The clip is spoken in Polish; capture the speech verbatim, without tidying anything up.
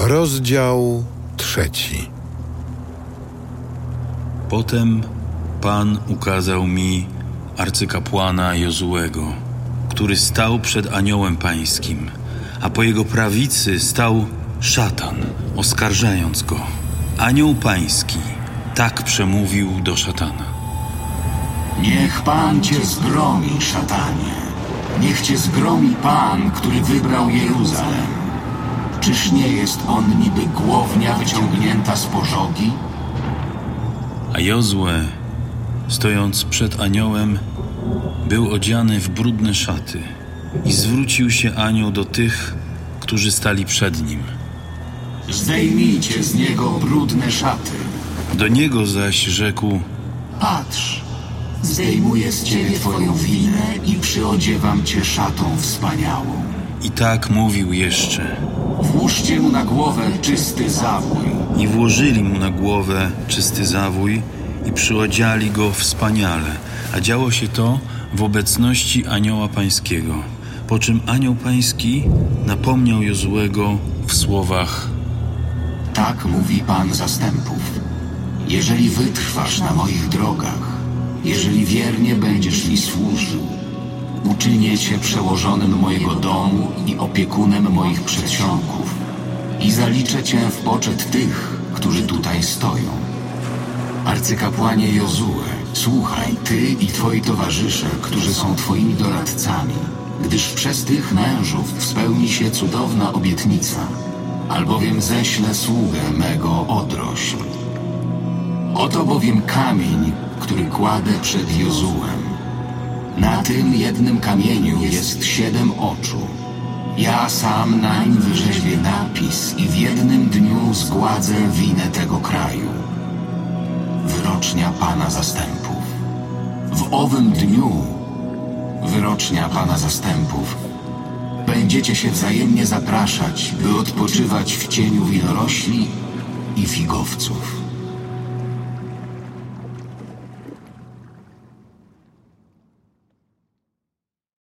Rozdział trzeci. Potem Pan ukazał mi arcykapłana Jozułego, który stał przed aniołem pańskim, a po jego prawicy stał szatan, oskarżając go. Anioł pański tak przemówił do szatana: Niech Pan cię zgromi, szatanie. Niech cię zgromi Pan, który wybrał Jeruzalem. Czyż nie jest on niby głownia wyciągnięta z pożogi? A Jozue, stojąc przed aniołem, był odziany w brudne szaty i zwrócił się anioł do tych, którzy stali przed nim. Zdejmijcie z niego brudne szaty. Do niego zaś rzekł: Patrz, zdejmuję z ciebie twoją winę i przyodziewam cię szatą wspaniałą. I tak mówił jeszcze. Włóżcie mu na głowę czysty zawój. I włożyli mu na głowę czysty zawój i przyodziali go wspaniale, a działo się to w obecności anioła pańskiego. Po czym anioł pański napomniał Jozułego w słowach: Tak mówi Pan zastępów. Jeżeli wytrwasz na moich drogach, jeżeli wiernie będziesz mi służył, uczynię cię przełożonym mojego domu i opiekunem moich przedsionków i zaliczę cię w poczet tych, którzy tutaj stoją. Arcykapłanie Jozue, słuchaj, ty i twoi towarzysze, którzy są twoimi doradcami, gdyż przez tych mężów spełni się cudowna obietnica, albowiem ześlę sługę mego odrośl. Oto bowiem kamień, który kładę przed Jozułem. Na tym jednym kamieniu jest siedem oczu. Ja sam nań wyrzeźbię napis i w jednym dniu zgładzę winę tego kraju. Wyrocznia Pana zastępów. W owym dniu, wyrocznia Pana zastępów, będziecie się wzajemnie zapraszać, by odpoczywać w cieniu winorośli i figowców.